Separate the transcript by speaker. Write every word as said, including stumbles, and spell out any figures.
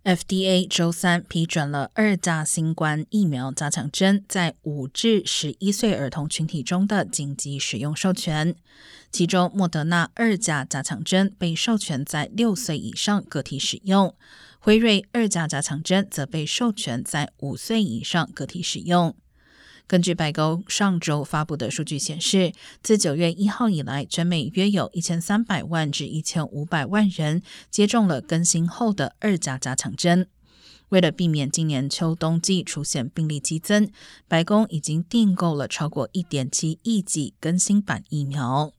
Speaker 1: F D A 周三批准了二价新冠疫苗加强针在五至十一岁儿童群体中的紧急使用授权，其中莫德纳二价加强针被授权在六岁以上个体使用，辉瑞二价加强针则被授权在五岁以上个体使用。根据白宫上周发布的数据显示，自九月一号以来，全美约有一千三百万至一千五百万人接种了更新后的二价加强针。为了避免今年秋冬季出现病例激增，白宫已经订购了超过 一点七亿剂更新版疫苗。